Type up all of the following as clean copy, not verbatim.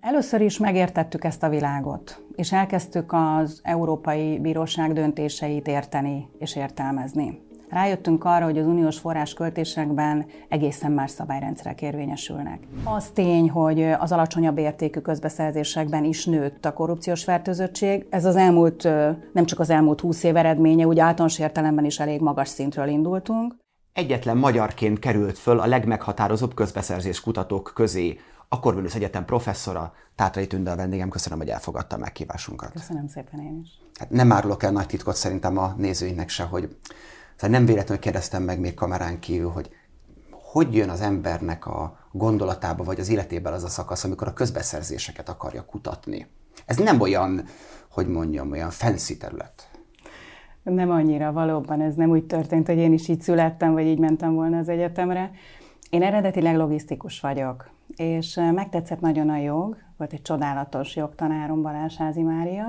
Először is megértettük ezt a világot, és elkezdtük az Európai Bíróság döntéseit érteni és értelmezni. Rájöttünk arra, hogy az uniós forrásköltésekben egészen más szabályrendszerek érvényesülnek. Az tény, hogy az alacsonyabb értékű közbeszerzésekben is nőtt a korrupciós fertőzöttség. Ez nem csak az elmúlt 20 év eredménye, úgy általános értelemben is elég magas szintről indultunk. Egyetlen magyarként került föl a legmeghatározóbb közbeszerzés kutatók közé. A Corvinus Egyetem professzora, Tátrai Tünde a vendégem, köszönöm, hogy elfogadta a meghívásunkat. Köszönöm szépen én is. Hát nem árulok el nagy titkot szerintem a nézőinknek se, hogy nem véletlenül kérdeztem meg még kamerán kívül, hogy jön az embernek a gondolatába vagy az életében az a szakasz, amikor a közbeszerzéseket akarja kutatni. Ez nem olyan, hogy mondjam, olyan fancy terület. Nem annyira, valóban ez nem úgy történt, hogy én is így születtem, vagy így mentem volna az egyetemre. Én eredetileg logisztikus vagyok, és megtetszett nagyon a jog, volt egy csodálatos jogtanárom, Balázs-Házi Mária,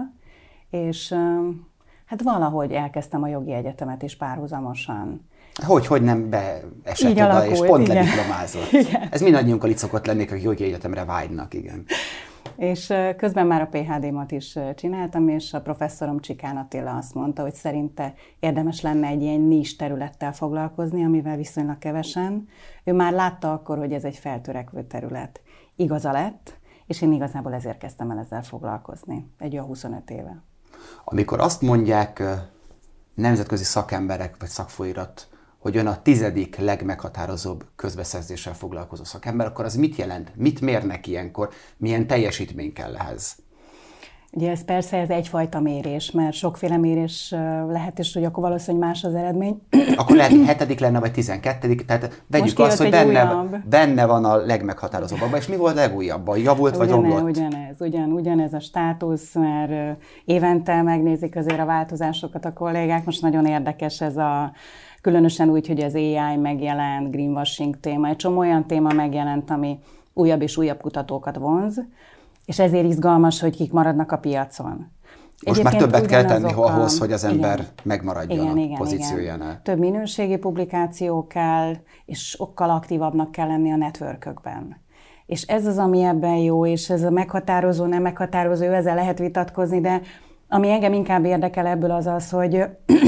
és hát valahogy elkezdtem a jogi egyetemet is párhuzamosan. Hogy nem beesett oda, alakult, és pont lediplomázott. Ez mindannyiunkkal itt szokott lenni, akik jogi egyetemre vágynak, igen. És közben már a PhD-mat is csináltam, és a professzorom Csikán Attila azt mondta, hogy szerinte érdemes lenne egy ilyen nis területtel foglalkozni, amivel viszonylag kevesen. Ő már látta akkor, hogy ez egy feltörekvő terület. Igaza lett, és én igazából ezért kezdtem el ezzel foglalkozni, egy olyan 25 éve. Amikor azt mondják nemzetközi szakemberek vagy szakfolyóirat, hogy ön a 10. legmeghatározóbb közbeszerzéssel foglalkozó szakember, akkor az mit jelent? Mit mérnek ilyenkor? Milyen teljesítmény kell ehhez? Ugye ez egyfajta mérés, mert sokféle mérés lehet, és hogy akkor valószínűleg más az eredmény. Akkor lehet 7. lenne, vagy 12. Tehát vegyük azt, hogy benne van a legmeghatározóbb. És mi volt a legújabb? Javult vagy romlott? Ugyanez a státusz, mert évente megnézik azért a változásokat a kollégák. Most nagyon érdekes ez különösen úgy, hogy az AI megjelent, greenwashing téma, egy csomó olyan téma megjelent, ami újabb és újabb kutatókat vonz, és ezért izgalmas, hogy kik maradnak a piacon. Most már többet kell tenni ahhoz, hogy az ember megmaradjon a pozíciójánál. Igen. Több minőségi publikáció kell, és sokkal aktívabbnak kell lenni a networkökben. És ez az, ami ebben jó, és ez a meghatározó, nem meghatározó, ezzel lehet vitatkozni, de ami engem inkább érdekel ebből az, hogy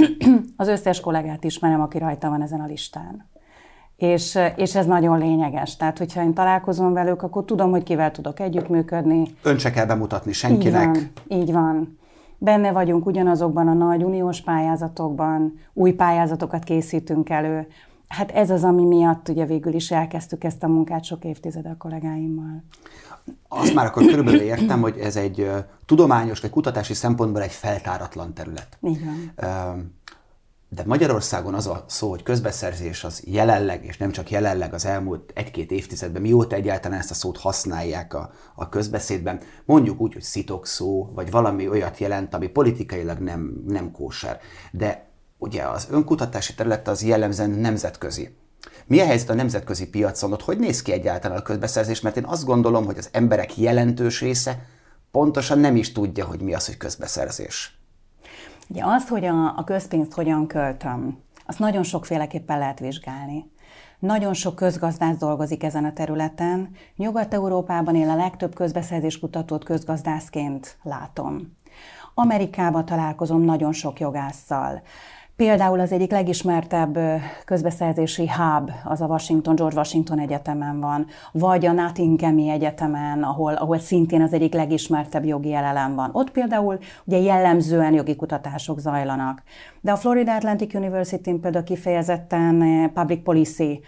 az összes kollégát ismerem, aki rajta van ezen a listán. És ez nagyon lényeges. Tehát, hogyha én találkozom velük, akkor tudom, hogy kivel tudok együttműködni. Ön se kell bemutatni senkinek. Így van. Benne vagyunk ugyanazokban a nagy uniós pályázatokban, új pályázatokat készítünk elő. Hát ez az, ami miatt ugye végül is elkezdtük ezt a munkát sok évtizede a kollégáimmal. Azt már akkor körülbelül értem, hogy ez egy tudományos vagy kutatási szempontból egy feltáratlan terület. Így van. De Magyarországon az a szó, hogy közbeszerzés az jelenleg, és nem csak jelenleg, az elmúlt 1-2 évtizedben, mióta egyáltalán ezt a szót használják a közbeszédben, mondjuk úgy, hogy szitokszó, vagy valami olyat jelent, ami politikailag nem kóser. De ugye az önkutatási terület az jellemzően nemzetközi. Mi a helyzet a nemzetközi piacon? Ott hogy néz ki egyáltalán a közbeszerzés? Mert én azt gondolom, hogy az emberek jelentős része pontosan nem is tudja, hogy mi az, hogy közbeszerzés. Ugye azt, hogy a közpénzt hogyan költöm, azt nagyon sokféleképpen lehet vizsgálni. Nagyon sok közgazdász dolgozik ezen a területen. Nyugat-Európában én a legtöbb közbeszerzés kutatót közgazdászként látom. Amerikában találkozom nagyon sok jogásszal. Például az egyik legismertebb közbeszerzési hub az a George Washington Egyetemen van, vagy a Nottinghami Egyetemen, ahol szintén az egyik legismertebb jogi elem van. Ott például ugye jellemzően jogi kutatások zajlanak. De a Florida Atlantic University-n például kifejezetten public policy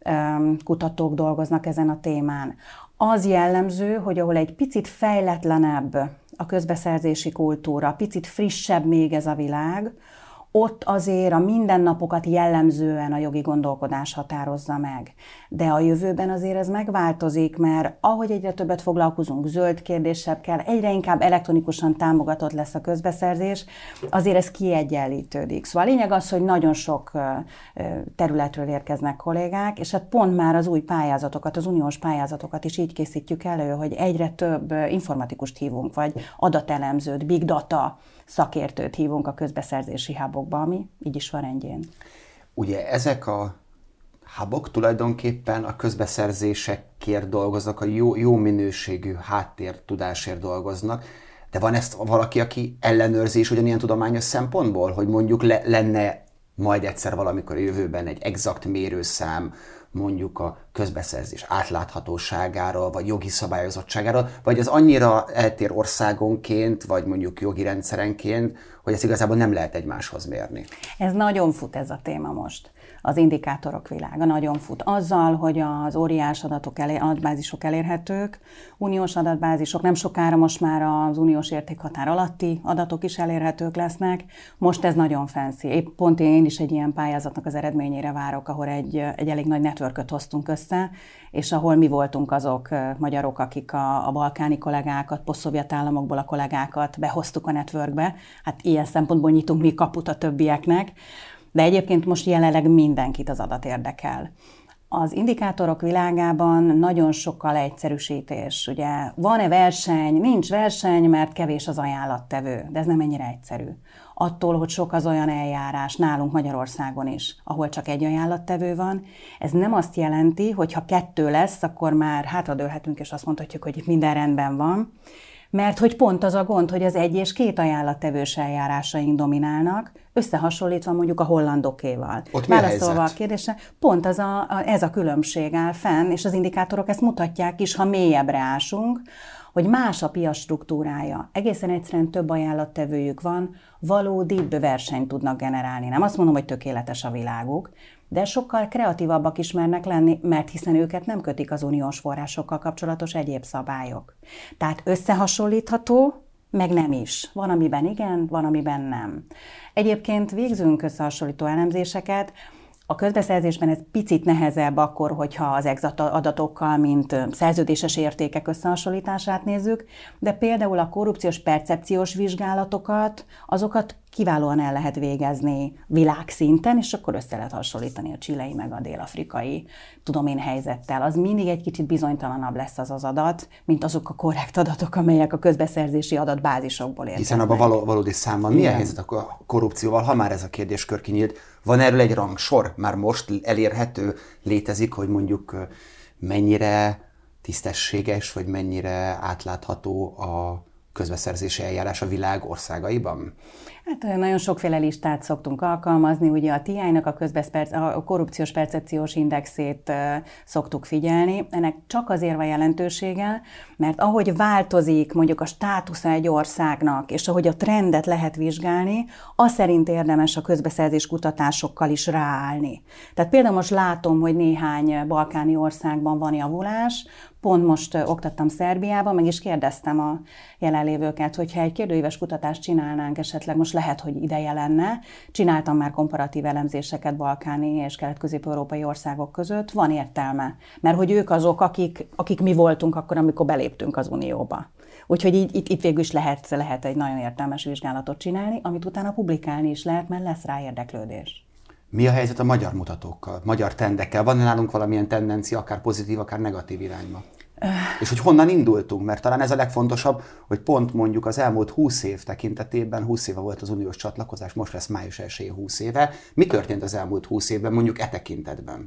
kutatók dolgoznak ezen a témán. Az jellemző, hogy ahol egy picit fejletlenebb a közbeszerzési kultúra, picit frissebb még ez a világ, ott azért a mindennapokat jellemzően a jogi gondolkodás határozza meg. De a jövőben azért ez megváltozik, mert ahogy egyre többet foglalkozunk zöld kérdésekkel, egyre inkább elektronikusan támogatott lesz a közbeszerzés, azért ez kiegyenlítődik. Szóval a lényeg az, hogy nagyon sok területről érkeznek kollégák, és hát pont már az új pályázatokat, az uniós pályázatokat is így készítjük elő, hogy egyre több informatikust hívunk, vagy adatelemzőt, big data szakértőt hívunk a közbeszerzési hubokba, ami így is van rendjén. Ugye ezek a hubok tulajdonképpen a közbeszerzésekért dolgoznak, a jó minőségű háttértudásért dolgoznak, de van ezt valaki, aki ellenőrzi is ugyanilyen tudományos szempontból, hogy mondjuk lenne majd egyszer valamikor a jövőben egy exakt mérőszám, mondjuk a közbeszerzés átláthatóságáról, vagy jogi szabályozottságáról, vagy az annyira eltér országonként, vagy mondjuk jogi rendszerenként, hogy ezt igazából nem lehet egymáshoz mérni. Ez nagyon fut ez a téma most. Az indikátorok világa nagyon fut. Azzal, hogy az óriás adatbázisok elérhetők, uniós adatbázisok, nem sokára most már az uniós értékhatár alatti adatok is elérhetők lesznek. Most ez nagyon fancy. Épp pont én is egy ilyen pályázatnak az eredményére várok, ahol egy elég nagy networköt hoztunk össze, és ahol mi voltunk azok magyarok, akik a balkáni kollégákat, posztszovjet államokból a kollégákat behoztuk a networkbe. Hát ilyen szempontból nyitunk mi kaput a többieknek. De egyébként most jelenleg mindenkit az adat érdekel. Az indikátorok világában nagyon sokkal egyszerűsítés. Ugye van-e verseny? Nincs verseny, mert kevés az ajánlattevő, de ez nem ennyire egyszerű. Attól, hogy sok az olyan eljárás nálunk Magyarországon is, ahol csak egy ajánlattevő van, ez nem azt jelenti, hogy ha 2 lesz, akkor már hátradőlhetünk és azt mondhatjuk, hogy itt minden rendben van. Mert hogy pont az a gond, hogy az 1 és 2 ajánlattevős eljárásaink dominálnak, összehasonlítva mondjuk a hollandokéval. Ott mi a helyzet? Válaszolva a kérdésre, pont ez a különbség áll fenn, és az indikátorok ezt mutatják is, ha mélyebbre ásunk, hogy más a piac struktúrája. Egészen egyszerűen több ajánlattevőjük van, valódibb versenyt tudnak generálni. Nem azt mondom, hogy tökéletes a világuk, de sokkal kreatívabbak is mernek lenni, mert hiszen őket nem kötik az uniós forrásokkal kapcsolatos egyéb szabályok. Tehát összehasonlítható, meg nem is. Van, amiben igen, van, amiben nem. Egyébként végzünk összehasonlító elemzéseket. A közbeszerzésben ez picit nehezebb akkor, hogyha az exakt adatokkal, mint szerződéses értékek összehasonlítását nézzük, de például a korrupciós percepciós vizsgálatokat, azokat kiválóan el lehet végezni világszinten, és akkor össze lehet hasonlítani a chilei meg a dél-afrikai helyzettel. Az mindig egy kicsit bizonytalanabb lesz az adat, mint azok a korrekt adatok, amelyek a közbeszerzési adatbázisokból érkeznek. Hiszen abban valódi számban milyen helyzet a korrupcióval, ha már ez a kérdéskör kinyílt, van erről egy rangsor? Már most elérhető, létezik, hogy mondjuk mennyire tisztességes, vagy mennyire átlátható a közbeszerzési eljárás a világ országaiban? Hát nagyon sokféle listát szoktunk alkalmazni, ugye a TI-nak a korrupciós percepciós indexét szoktuk figyelni. Ennek csak azért van jelentősége, mert ahogy változik mondjuk a státusza egy országnak, és ahogy a trendet lehet vizsgálni, az szerint érdemes a közbeszerzés kutatásokkal is ráállni. Tehát például most látom, hogy néhány balkáni országban van javulás, pont most oktattam Szerbiában, meg is kérdeztem a jelenlévőket, hogyha egy kérdőíves kutatást csinálnánk esetleg, most lehet, hogy ideje lenne. Csináltam már komparatív elemzéseket balkáni és kelet-közép-európai országok között. Van értelme, mert hogy ők azok, akik mi voltunk akkor, amikor beléptünk az Unióba. Úgyhogy itt végül is lehet egy nagyon értelmes vizsgálatot csinálni, amit utána publikálni is lehet, mert lesz rá érdeklődés. Mi a helyzet a magyar mutatókkal, magyar trendekkel? Van nálunk valamilyen tendencia, akár pozitív, akár negatív irányba? És hogy honnan indultunk? Mert talán ez a legfontosabb, hogy pont mondjuk az elmúlt 20 év tekintetében, 20 éve volt az uniós csatlakozás, most lesz május 1-je 20 éve. Mi történt az elmúlt 20 évben, mondjuk e tekintetben?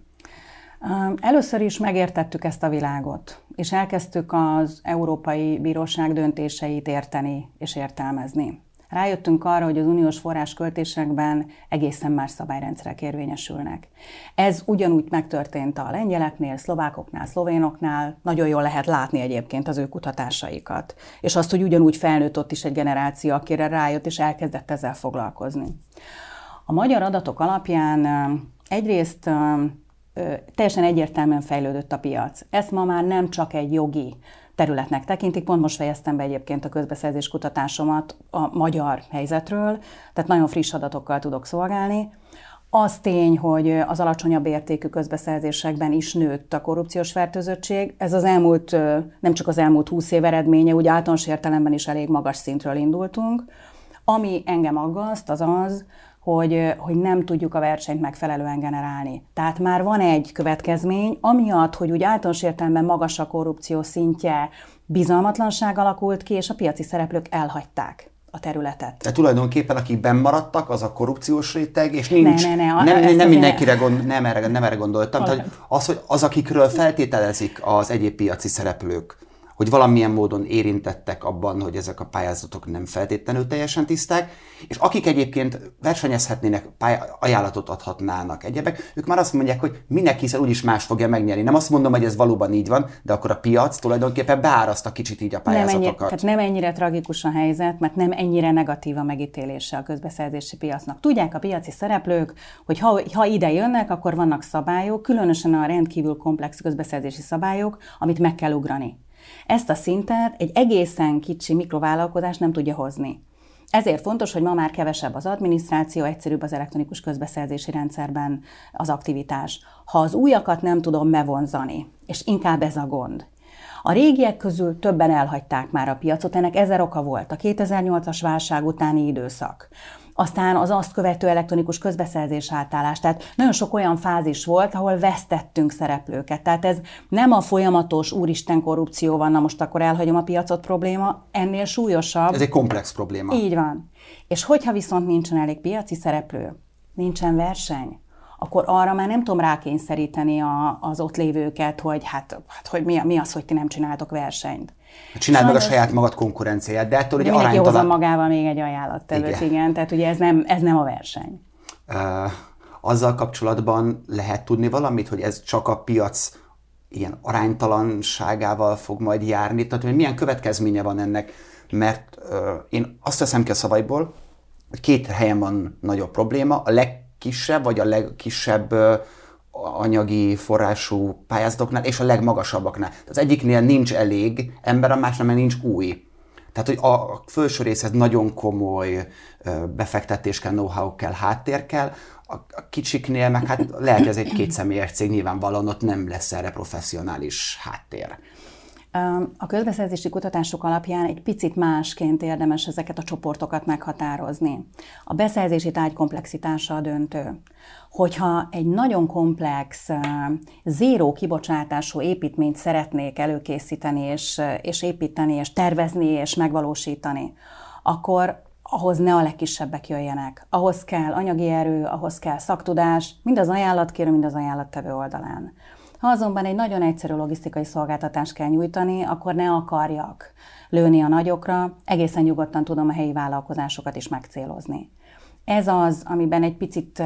Először is megértettük ezt a világot, és elkezdtük az Európai Bíróság döntéseit érteni és értelmezni. Rájöttünk arra, hogy az uniós forrásköltésekben egészen más szabályrendszerek érvényesülnek. Ez ugyanúgy megtörtént a lengyeleknél, szlovákoknál, szlovénoknál, nagyon jól lehet látni egyébként az ő kutatásaikat. És azt, hogy ugyanúgy felnőtt ott is egy generáció, akire rájött és elkezdett ezzel foglalkozni. A magyar adatok alapján egyrészt teljesen egyértelműen fejlődött a piac. Ezt ma már nem csak egy jogi területnek tekintik. Pont most fejeztem be egyébként a közbeszerzés kutatásomat a magyar helyzetről, tehát nagyon friss adatokkal tudok szolgálni. Az tény, hogy az alacsonyabb értékű közbeszerzésekben is nőtt a korrupciós fertőzöttség. Ez nem csak az elmúlt 20 év eredménye, úgy általános értelemben is elég magas szintről indultunk. Ami engem aggaszt, az, hogy nem tudjuk a versenyt megfelelően generálni. Tehát már van egy következmény, amiatt, hogy úgy általános értelemben magas a korrupció szintje, bizalmatlanság alakult ki, és a piaci szereplők elhagyták a területet. Tehát tulajdonképpen akik benn maradtak, az a korrupciós réteg, és nincs, nem erre gondoltam. Tehát az, akikről feltételezik az egyéb piaci szereplők, hogy valamilyen módon érintettek abban, hogy ezek a pályázatok nem feltétlenül teljesen tiszták, és akik egyébként versenyezhetnének, ajánlatot adhatnának egyebek, ők már azt mondják, hogy minek, hiszen úgyis más fogja megnyerni. Nem azt mondom, hogy ez valóban így van, de akkor a piac tulajdonképpen beáraszta kicsit így a pályázatokat. Tehát nem ennyire tragikus a helyzet, mert nem ennyire negatív a megítélése a közbeszerzési piacnak. Tudják a piaci szereplők, hogy ha ide jönnek, akkor vannak szabályok, különösen a rendkívül komplex közbeszerzési szabályok, amit meg kell ugrani. Ezt a szintet egy egészen kicsi mikrovállalkozás nem tudja hozni. Ezért fontos, hogy ma már kevesebb az adminisztráció, egyszerűbb az elektronikus közbeszerzési rendszerben az aktivitás. Ha az újakat nem tudom bevonzani, és inkább ez a gond. A régiek közül többen elhagyták már a piacot, ennek 1000 oka volt. A 2008-as válság utáni időszak. Aztán az azt követő elektronikus közbeszerzés átállás. Tehát nagyon sok olyan fázis volt, ahol vesztettünk szereplőket. Tehát ez nem a folyamatos úristen korrupció van, na most akkor elhagyom a piacot probléma, ennél súlyosabb. Ez egy komplex probléma. Így van. És hogyha viszont nincsen elég piaci szereplő, nincsen verseny, akkor arra már nem tudom rákényszeríteni az ott lévőket, hogy hogy mi az, hogy ti nem csináltok versenyt. Csináld meg a saját magad konkurenciáját, de ettől ugye aránytalan... Mindenki hozza magával még egy ajánlattevőt, igen, tehát ugye ez nem a verseny. Azzal kapcsolatban lehet tudni valamit, hogy ez csak a piac ilyen aránytalanságával fog majd járni, tehát hogy milyen következménye van ennek, mert én azt veszem ki a szavaiból, hogy 2 helyen van nagyobb probléma, a legkisebb vagy a legkisebb anyagi forrású pályázatoknál és a legmagasabbaknál. Az egyiknél nincs elég ember, a másnál nincs új. Tehát, hogy a felső részhez nagyon komoly befektetés kell, know-how kell, háttér kell, a kicsiknél meg hát lehet, hogy ez egy 2 személyes cég, nyilvánvalóan ott nem lesz erre professzionális háttér. A közbeszerzési kutatások alapján egy picit másként érdemes ezeket a csoportokat meghatározni. A beszerzési tárgy komplexitása a döntő. Hogyha egy nagyon komplex, zéró kibocsátású építményt szeretnék előkészíteni, és építeni, és tervezni, és megvalósítani, akkor ahhoz ne a legkisebbek jöjjenek. Ahhoz kell anyagi erő, ahhoz kell szaktudás, mind az ajánlatkérő, mind az ajánlattevő oldalán. Ha azonban egy nagyon egyszerű logisztikai szolgáltatást kell nyújtani, akkor ne akarjak lőni a nagyokra, egészen nyugodtan tudom a helyi vállalkozásokat is megcélozni. Ez az, amiben egy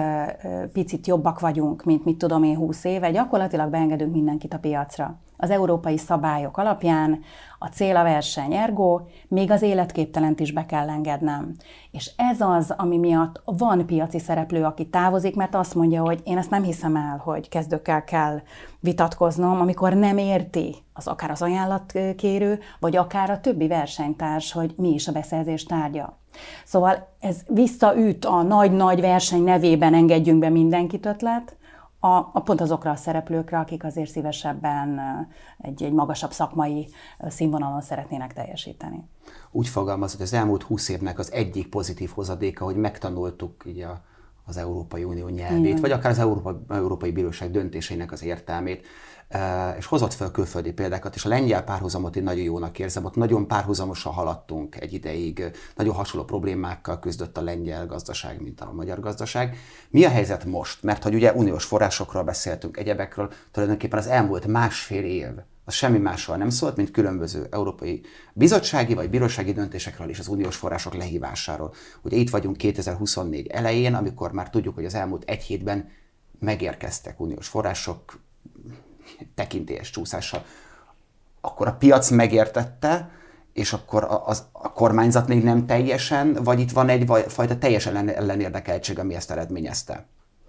picit jobbak vagyunk, mint mit tudom én 20 éve, gyakorlatilag beengedünk mindenkit a piacra. Az európai szabályok alapján a cél a verseny, ergo még az életképtelent is be kell engednem. És ez az, ami miatt van piaci szereplő, aki távozik, mert azt mondja, hogy én ezt nem hiszem el, hogy kezdőkkel kell vitatkoznom, amikor nem érti akár az ajánlatkérő, vagy akár a többi versenytárs, hogy mi is a beszerzés tárgya. Szóval ez visszaüt a nagy-nagy verseny nevében engedjünk be mindenkit ötlet, pont azokra a szereplőkre, akik azért szívesebben egy magasabb szakmai színvonalon szeretnének teljesíteni. Úgy fogalmaz, hogy az elmúlt 20 évnek az egyik pozitív hozadéka, hogy megtanultuk így az Európai Unió nyelvét, igen, vagy akár az Európai Bíróság döntéseinek az értelmét, és hozott fel külföldi példákat, és a lengyel párhuzamot én nagyon jónak érzem, ott nagyon párhuzamosan haladtunk egy ideig, nagyon hasonló problémákkal küzdött a lengyel gazdaság, mint a magyar gazdaság. Mi a helyzet most? Mert hogy ugye uniós forrásokról beszéltünk, egyebekről, tulajdonképpen az elmúlt 1,5 év az semmi másról nem szólt, mint különböző európai bizottsági vagy bírósági döntésekről és az uniós források lehívásáról. Ugye itt vagyunk 2024 elején, amikor már tudjuk, hogy az elmúlt 1 hétben megérkeztek uniós források tekintélyes csúszással. Akkor a piac megértette, és akkor a kormányzat még nem teljesen, vagy itt van egyfajta teljes ellenérdekeltség, ami ezt eredményezte?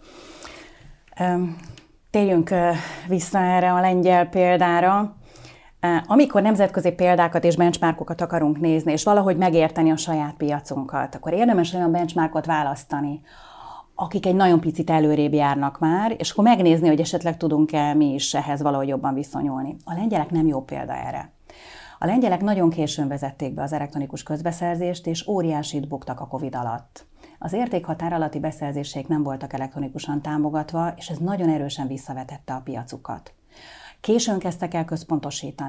Térjünk vissza erre a lengyel példára. Amikor nemzetközi példákat és benchmarkokat akarunk nézni, és valahogy megérteni a saját piacunkat, akkor érdemes olyan benchmarkot választani, akik egy nagyon picit előrébb járnak már, és akkor megnézni, hogy esetleg tudunk-e mi is ehhez valahogy jobban viszonyulni. A lengyelek nem jó példa erre. A lengyelek nagyon későn vezették be az elektronikus közbeszerzést, és óriásit buktak a Covid alatt. Az értékhatár alatti beszerzéseik nem voltak elektronikusan támogatva, és ez nagyon erősen visszavetette a piacukat. Későn kezdtek el központosítani.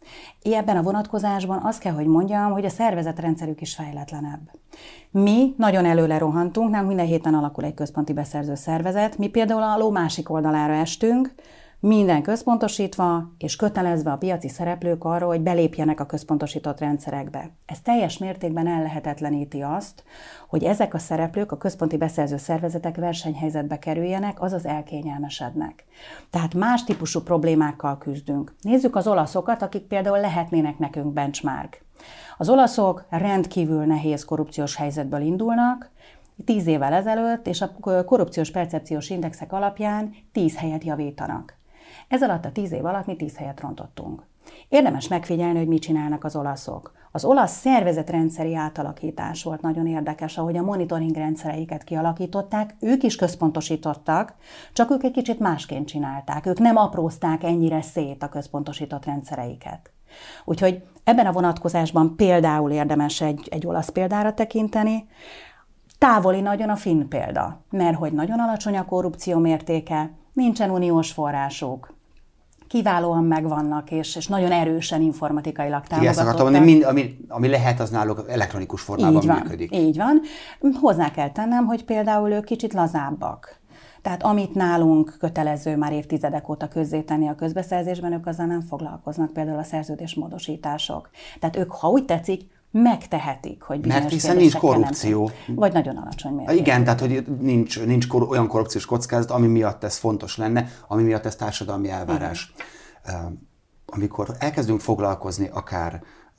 Ebben a vonatkozásban azt kell, hogy mondjam, hogy a szervezetrendszerük is fejletlenebb. Mi nagyon előre rohantunk, nálunk minden héten alakul egy központi beszerző szervezet, mi például a ló másik oldalára estünk, minden központosítva és kötelezve a piaci szereplők arra, hogy belépjenek a központosított rendszerekbe. Ez teljes mértékben ellehetetleníti azt, hogy ezek a szereplők, a központi beszerző szervezetek versenyhelyzetbe kerüljenek, azaz elkényelmesednek. Tehát más típusú problémákkal küzdünk. Nézzük az olaszokat, akik például lehetnének nekünk benchmark. Az olaszok rendkívül nehéz korrupciós helyzetből indulnak, 10 évvel ezelőtt, és a korrupciós percepciós indexek alapján 10 helyet javítanak. Ez alatt a 10 év alatt mi 10 helyet rontottunk. Érdemes megfigyelni, hogy mit csinálnak az olaszok. Az olasz szervezetrendszeri átalakítás volt nagyon érdekes, ahogy a monitoring rendszereiket kialakították, ők is központosítottak, csak ők egy kicsit másként csinálták. Ők nem aprózták ennyire szét a központosított rendszereiket. Úgyhogy ebben a vonatkozásban például érdemes egy olasz példára tekinteni. Távoli nagyon a finn példa, mert hogy nagyon alacsony a korrupció mértéke, nincsen uniós forrásuk, kiválóan megvannak, és nagyon erősen informatikailag támogatottak. Ami lehet, az náluk elektronikus formában működik. Így van. Hozzá kell tennem, hogy például ők kicsit lazábbak. Tehát amit nálunk kötelező már évtizedek óta közzétenni a közbeszerzésben, ők azzal nem foglalkoznak, például a szerződésmódosítások. Tehát ők, ha úgy tetszik, megtehetik, hogy bizonyos mert hiszen nincs korrupció. Vagy nagyon alacsony mértékben. Igen, tehát hogy nincs olyan korrupciós kockázat, ami miatt ez fontos lenne, ami miatt ez társadalmi elvárás. Amikor elkezdünk foglalkozni akár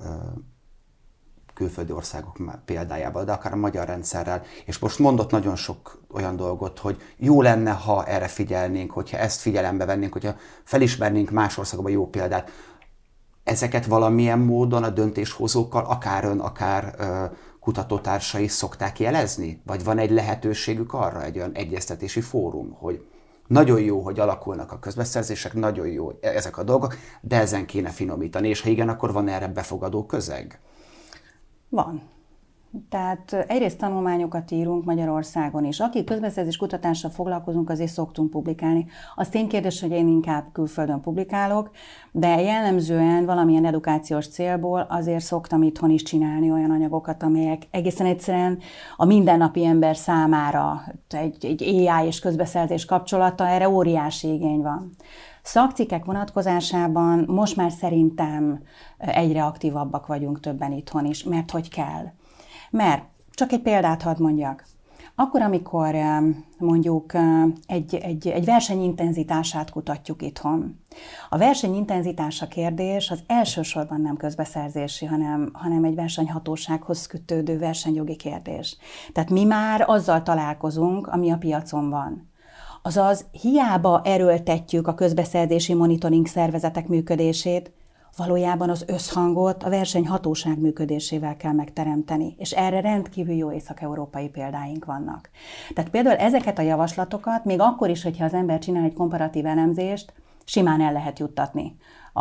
külföldi országok példájával, de akár a magyar rendszerrel, és most mondott nagyon sok olyan dolgot, hogy jó lenne, ha erre figyelnénk, hogyha ezt figyelembe vennénk, hogyha felismernénk más országokban jó példát. Ezeket valamilyen módon a döntéshozókkal, akár ön, akár kutatótársai szokták jelezni? Vagy van egy lehetőségük arra, egy olyan egyeztetési fórum, hogy nagyon jó, hogy alakulnak a közbeszerzések, nagyon jó ezek a dolgok, de ezen kéne finomítani, és ha igen, akkor van erre befogadó közeg? Van. Tehát egyrészt tanulmányokat írunk Magyarországon is. Akik közbeszerzés kutatással foglalkozunk, azért szoktunk publikálni. Az ténykérdés, hogy én inkább külföldön publikálok, de jellemzően valamilyen edukációs célból azért szoktam itthon is csinálni olyan anyagokat, amelyek egészen egyszerűen a mindennapi ember számára egy AI és közbeszerzés kapcsolata, erre óriási igény van. Szakcikkek vonatkozásában most már szerintem egyre aktívabbak vagyunk többen itthon is, mert hogy kell. Mert, csak egy példát hadd mondjak, akkor, amikor mondjuk egy verseny intenzitását kutatjuk itthon. A verseny intenzitása kérdés az elsősorban nem közbeszerzési, hanem egy versenyhatósághoz kötődő versenyjogi kérdés. Tehát mi már azzal találkozunk, ami a piacon van. Azaz hiába erőltetjük a közbeszerzési monitoring szervezetek működését, valójában az összhangot a versenyhatóság működésével kell megteremteni, és erre rendkívül jó észak-európai példáink vannak. Tehát például ezeket a javaslatokat, még akkor is, hogyha az ember csinál egy komparatív elemzést, simán el lehet juttatni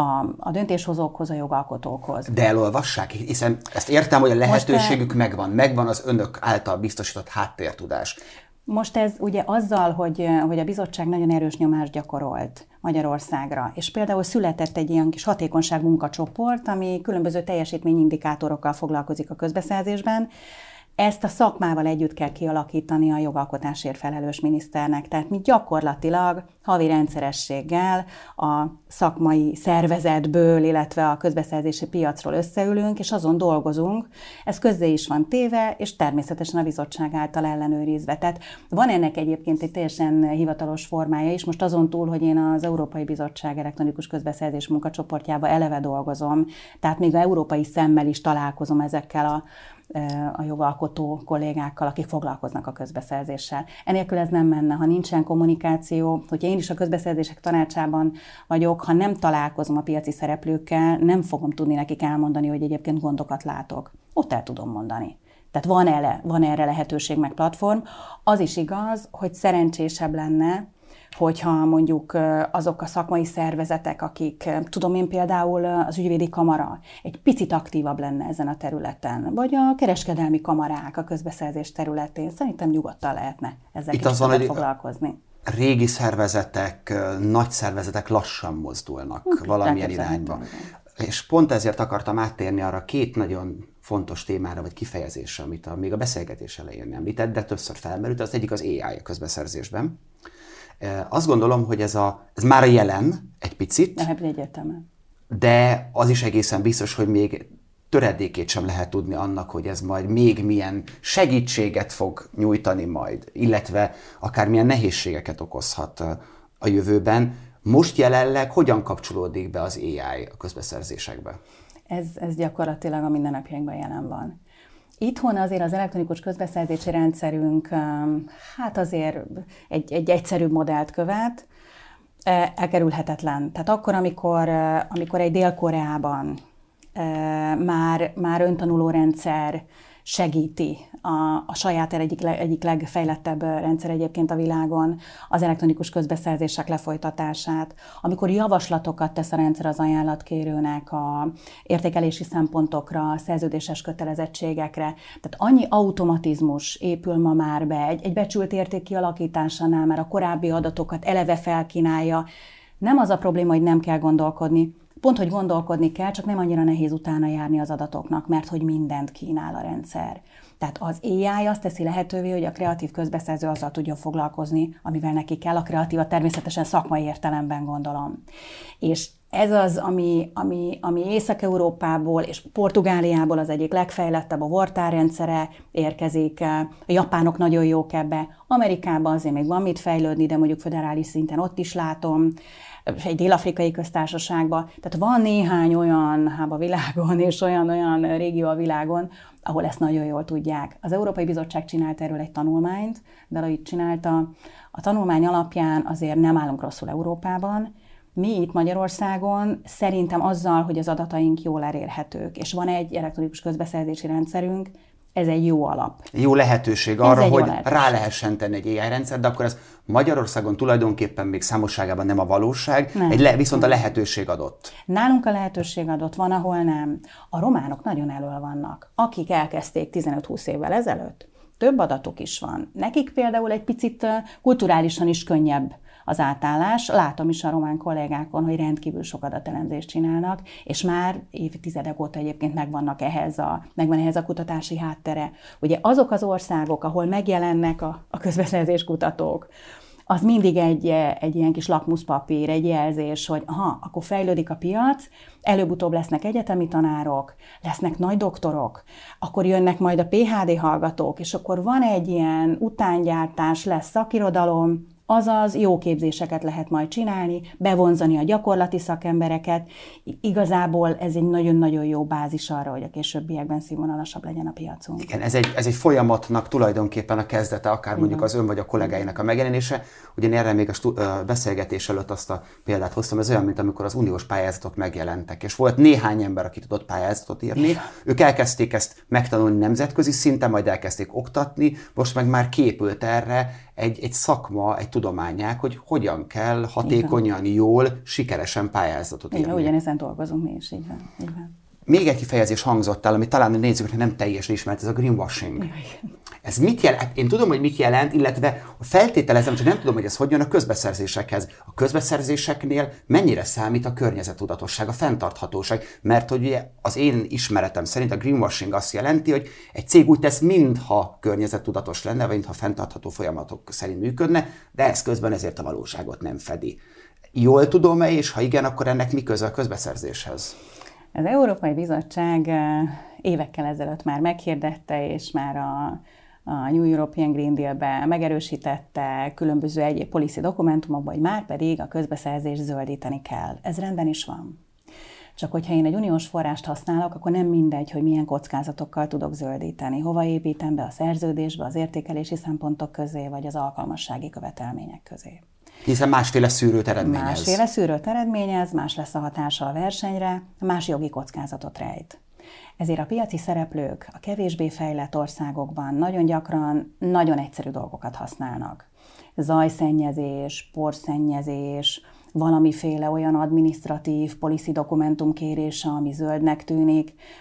a döntéshozókhoz, a jogalkotókhoz. De elolvassák, hiszen ezt értem, hogy a lehetőségük megvan az önök által biztosított háttértudás. Most ez ugye azzal, hogy a bizottság nagyon erős nyomást gyakorolt Magyarországra, és például született egy ilyen kis hatékonyság munkacsoport, ami különböző teljesítményindikátorokkal foglalkozik a közbeszerzésben. Ezt a szakmával együtt kell kialakítani a jogalkotásért felelős miniszternek. Tehát mi gyakorlatilag havi rendszerességgel a szakmai szervezetből, illetve a közbeszerzési piacról összeülünk, és azon dolgozunk. Ez közzé is van téve, és természetesen a bizottság által ellenőrizve. Tehát van ennek egyébként egy teljesen hivatalos formája is. Most azon túl, hogy én az Európai Bizottság elektronikus közbeszerzés munkacsoportjába eleve dolgozom, tehát még az európai szemmel is találkozom ezekkel a jogalkotó kollégákkal, akik foglalkoznak a közbeszerzéssel. Enélkül ez nem menne, ha nincsen kommunikáció, hogy én is a közbeszerzések tanácsában vagyok, ha nem találkozom a piaci szereplőkkel, nem fogom tudni nekik elmondani, hogy egyébként gondokat látok. Ott el tudom mondani. Tehát van erre lehetőség meg platform. Az is igaz, hogy szerencsésebb lenne, hogyha mondjuk azok a szakmai szervezetek, akik, tudom én például az ügyvédi kamara egy picit aktívabb lenne ezen a területen, vagy a kereskedelmi kamarák a közbeszerzés területén, szerintem nyugodtan lehetne ezzel is foglalkozni. Régi szervezetek, nagy szervezetek lassan mozdulnak valamilyen irányba. és pont ezért akartam áttérni arra két nagyon fontos témára, vagy kifejezésre, amit még a beszélgetés elején említett, de többször felmerült. Az egyik az AI a közbeszerzésben. Azt gondolom, hogy ez már a jelen egy picit, de az is egészen biztos, hogy még töredékét sem lehet tudni annak, hogy ez majd még milyen segítséget fog nyújtani majd, illetve akár milyen nehézségeket okozhat a jövőben. Most jelenleg hogyan kapcsolódik be az AI a közbeszerzésekbe? Ez gyakorlatilag a mindennapjainkban jelen van. Itthon azért az elektronikus közbeszerzési rendszerünk hát azért egy egyszerűbb modellt követ, elkerülhetetlen. Tehát akkor, amikor egy Dél-Koreában már öntanuló rendszer segíti a saját egyik legfejlettebb rendszer egyébként a világon az elektronikus közbeszerzések lefolytatását, amikor javaslatokat tesz a rendszer az ajánlatkérőnek a értékelési szempontokra, a szerződéses kötelezettségekre. Tehát annyi automatizmus épül ma már be egy becsült érték kialakításánál, már a korábbi adatokat eleve felkínálja. Nem az a probléma, hogy nem kell gondolkodni, pont, hogy gondolkodni kell, csak nem annyira nehéz utána járni az adatoknak, mert hogy mindent kínál a rendszer. Tehát az AI azt teszi lehetővé, hogy a kreatív közbeszerző azzal tudjon foglalkozni, amivel neki kell, a kreatívat természetesen szakmai értelemben gondolom. És ez az, ami Észak-Európából és Portugáliából az egyik legfejlettebb, a Vortár rendszere érkezik. A japánok nagyon jók ebbe. Amerikában azért még van mit fejlődni, de mondjuk föderális szinten ott is látom, egy dél-afrikai köztársaságban. Tehát van néhány olyan a világon és olyan régió a világon, ahol ezt nagyon jól tudják. Az Európai Bizottság csinált erről egy tanulmányt, Deloitte csinálta. A tanulmány alapján azért nem állunk rosszul Európában. Mi itt Magyarországon szerintem azzal, hogy az adataink jól elérhetők, és van egy elektronikus közbeszerzési rendszerünk, ez egy jó alap. Jó lehetőség arra, hogy rá lehessen tenni egy AI rendszer, de akkor ez Magyarországon tulajdonképpen még számosságában nem a valóság, viszont a lehetőség adott. Nálunk a lehetőség adott, van, ahol nem. A románok nagyon elől vannak, akik elkezdték 15-20 évvel ezelőtt. Több adatuk is van. Nekik például egy picit kulturálisan is könnyebb az átállás. Látom is a román kollégákon, hogy rendkívül sok adatelemzést csinálnak, és már évtizedek óta egyébként megvan ehhez a kutatási háttere. Ugye azok az országok, ahol megjelennek a közbeszerzés kutatók, az mindig egy ilyen kis lakmuszpapír, egy jelzés, hogy akkor fejlődik a piac, előbb-utóbb lesznek egyetemi tanárok, lesznek nagy doktorok, akkor jönnek majd a PhD hallgatók, és akkor van egy ilyen utángyártás, lesz szakirodalom, azaz jó képzéseket lehet majd csinálni, bevonzani a gyakorlati szakembereket. Igazából ez egy nagyon-nagyon jó bázis arra, hogy a későbbiekben színvonalasabb legyen a piacunk. Igen, ez egy folyamatnak tulajdonképpen a kezdete, akár mondjuk az ön vagy a kollégáinak a megjelenése. Ugyan erre még a beszélgetés előtt azt a példát hoztam, ez olyan, mint amikor az uniós pályázatok megjelentek, és volt néhány ember, aki tudott pályázatot írni. Ők elkezdték ezt megtanulni nemzetközi szinten, majd elkezdték oktatni, most meg már képült erre egy szakma, egy tudományák, hogy hogyan kell hatékonyan, jól, sikeresen pályázatot írni. Ugyanezen dolgozunk mi is, így van. Még egy kifejezés hangzott el, ami talán a nézőknek nem teljesen ismert, ez a greenwashing. Ez mit jelent? Én tudom, hogy mit jelent, illetve feltételezem, csak nem tudom, hogy ez hogy jön a közbeszerzésekhez. A közbeszerzéseknél mennyire számít a környezettudatosság, a fenntarthatóság? Mert hogy ugye az én ismeretem szerint a greenwashing azt jelenti, hogy egy cég úgy tesz, mintha környezettudatos lenne, vagy mintha fenntartható folyamatok szerint működne, de ez közben ezért a valóságot nem fedi. Jól tudom-e, és ha igen, akkor ennek mi köze a közbeszerzéshez? Az Európai Bizottság évekkel ezelőtt már meghirdette, és már a New European Green Deal-be megerősítette különböző egyéb policy dokumentumokban, hogy már pedig a közbeszerzést zöldíteni kell. Ez rendben is van. Csak hogyha én egy uniós forrást használok, akkor nem mindegy, hogy milyen kockázatokkal tudok zöldíteni. Hova építem be a szerződésbe, az értékelési szempontok közé, vagy az alkalmassági követelmények közé. Hiszen másféle szűrőt eredményez. Másféle szűrőt eredményez, más lesz a hatása a versenyre, más jogi kockázatot rejt. Ezért a piaci szereplők a kevésbé fejlett országokban nagyon gyakran nagyon egyszerű dolgokat használnak. Zajszennyezés, porszennyezés, valamiféle olyan adminisztratív policy dokumentum kérése, ami zöldnek tűnik.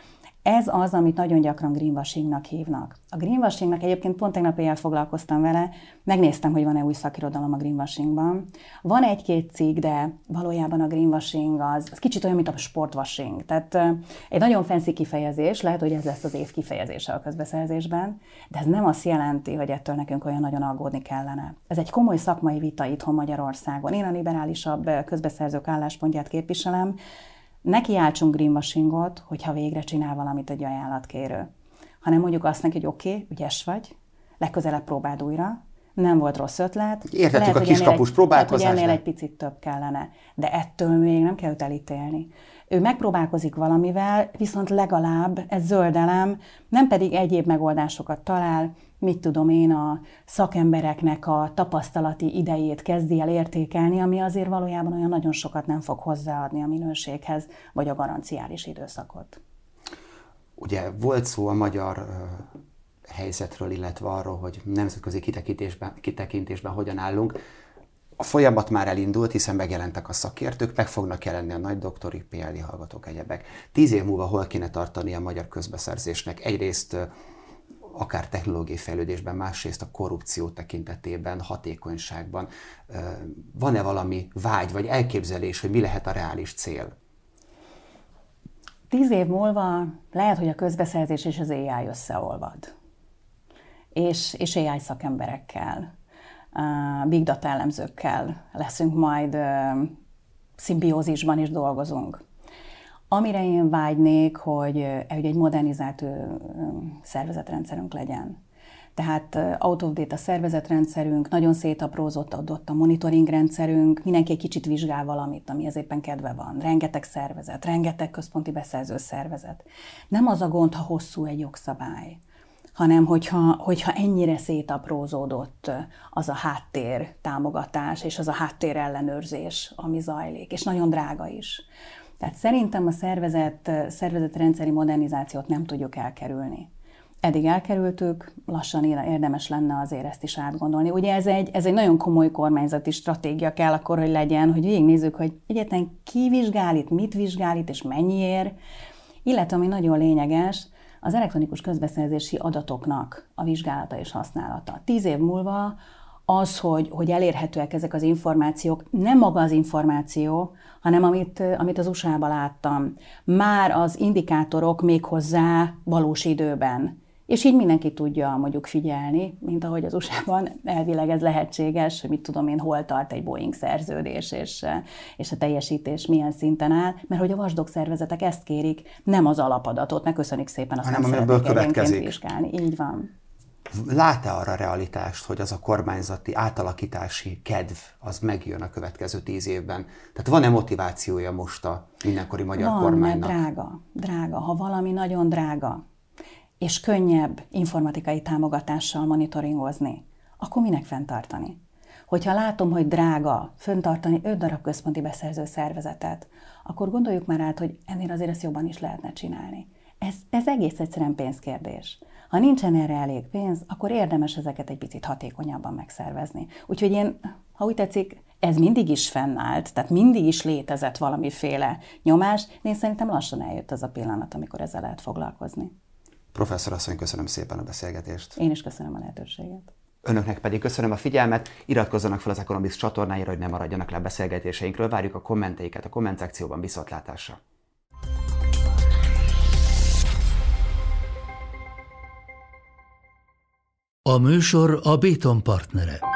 Ez az, amit nagyon gyakran greenwashingnak hívnak. A greenwashingnak egyébként pont tegnap éjjel foglalkoztam vele, megnéztem, hogy van-e új szakirodalom a greenwashingban. Van egy-két cikk, de valójában a greenwashing az kicsit olyan, mint a sportwashing. Tehát egy nagyon fancy kifejezés, lehet, hogy ez lesz az év kifejezése a közbeszerzésben, de ez nem azt jelenti, hogy ettől nekünk olyan nagyon aggódni kellene. Ez egy komoly szakmai vita itthon Magyarországon. Én a liberálisabb közbeszerzők álláspontját képviselem. Ne kiáltsunk greenwashingot, hogyha végre csinál valamit egy ajánlatkérő. Hanem mondjuk azt neki, hogy oké, ügyes vagy, legközelebb próbáld újra, nem volt rossz ötlet. Értettük a kiskapus próbálkozást. Lehet, hogy ennél egy picit több kellene, de ettől még nem kell őt elítélni. Ő megpróbálkozik valamivel, viszont legalább ez zöld elem, nem pedig egyéb megoldásokat talál, mit tudom én, a szakembereknek a tapasztalati idejét kezdi el értékelni, ami azért valójában olyan nagyon sokat nem fog hozzáadni a minőséghez, vagy a garanciális időszakot. Ugye volt szó a magyar helyzetről, illetve arról, hogy nemzetközi kitekintésben hogyan állunk. A folyamat már elindult, hiszen megjelentek a szakértők, meg fognak jelenni a nagy doktori, PhD hallgatók, egyebek. 10 év múlva hol kéne tartani a magyar közbeszerzésnek? Egyrészt akár technológiai fejlődésben, másrészt a korrupció tekintetében, hatékonyságban. Van-e valami vágy vagy elképzelés, hogy mi lehet a reális cél? 10 év múlva lehet, hogy a közbeszerzés és az AI összeolvad. És AI szakemberekkel, big data elemzőkkel leszünk majd szimbiózisban is dolgozunk. Amire én vágynék, hogy egy modernizált szervezetrendszerünk legyen. Tehát out of date a szervezetrendszerünk, nagyon szétaprózott adott a monitoring rendszerünk, mindenki egy kicsit vizsgál valamit, ami az éppen kedve van. Rengeteg szervezet, rengeteg központi beszerző szervezet. Nem az a gond, ha hosszú egy jogszabály, hanem hogyha ennyire szétaprózódott az a háttér támogatás és az a háttér ellenőrzés, ami zajlik, és nagyon drága is. Tehát szerintem a szervezetrendszeri modernizációt nem tudjuk elkerülni. Eddig elkerültük, lassan érdemes lenne azért ezt is átgondolni. Ugye ez egy nagyon komoly kormányzati stratégia kell akkor, hogy legyen, hogy végignézzük, hogy egyáltalán ki vizsgál itt, mit vizsgál itt, és mennyiért, illetve ami nagyon lényeges, az elektronikus közbeszerzési adatoknak a vizsgálata és használata. 10 év múlva az, hogy elérhetőek ezek az információk, nem maga az információ, hanem amit az USA-ban láttam, már az indikátorok méghozzá valós időben. És így mindenki tudja mondjuk figyelni, mint ahogy az USA-ban elvileg ez lehetséges, hogy mit tudom én, hol tart egy Boeing szerződés, és a teljesítés milyen szinten áll, mert hogy a watchdog szervezetek ezt kérik, nem az alapadatot, meg köszönik szépen, azt nem szeretnék egyenként vizsgálni. Így van. Lát-e arra realitást, hogy az a kormányzati átalakítási kedv az megjön a következő 10 évben? Tehát van-e motivációja most a mindenkori magyar kormánynak? Mert drága. Ha valami nagyon drága, és könnyebb informatikai támogatással monitoringozni, akkor minek fenntartani? Hogyha látom, hogy drága fenntartani 5 darab központi beszerző szervezetet, akkor gondoljuk már át, hogy ennél azért ezt jobban is lehetne csinálni. Ez egész egyszerűen pénzkérdés. Ha nincsen erre elég pénz, akkor érdemes ezeket egy picit hatékonyabban megszervezni. Úgyhogy én, ha úgy tetszik, ez mindig is fennállt, tehát mindig is létezett valamiféle nyomás, de én szerintem lassan eljött az a pillanat, amikor ezzel lehet foglalkozni. Professzor asszony, köszönöm szépen a beszélgetést. Én is köszönöm a lehetőséget. Önöknek pedig köszönöm a figyelmet, iratkozzanak fel az Economics csatornáira, hogy ne maradjanak le a beszélgetéseinkről, várjuk a kommenteiket a komment szekcióban, viszontlátásra. A műsor a Béton partnere.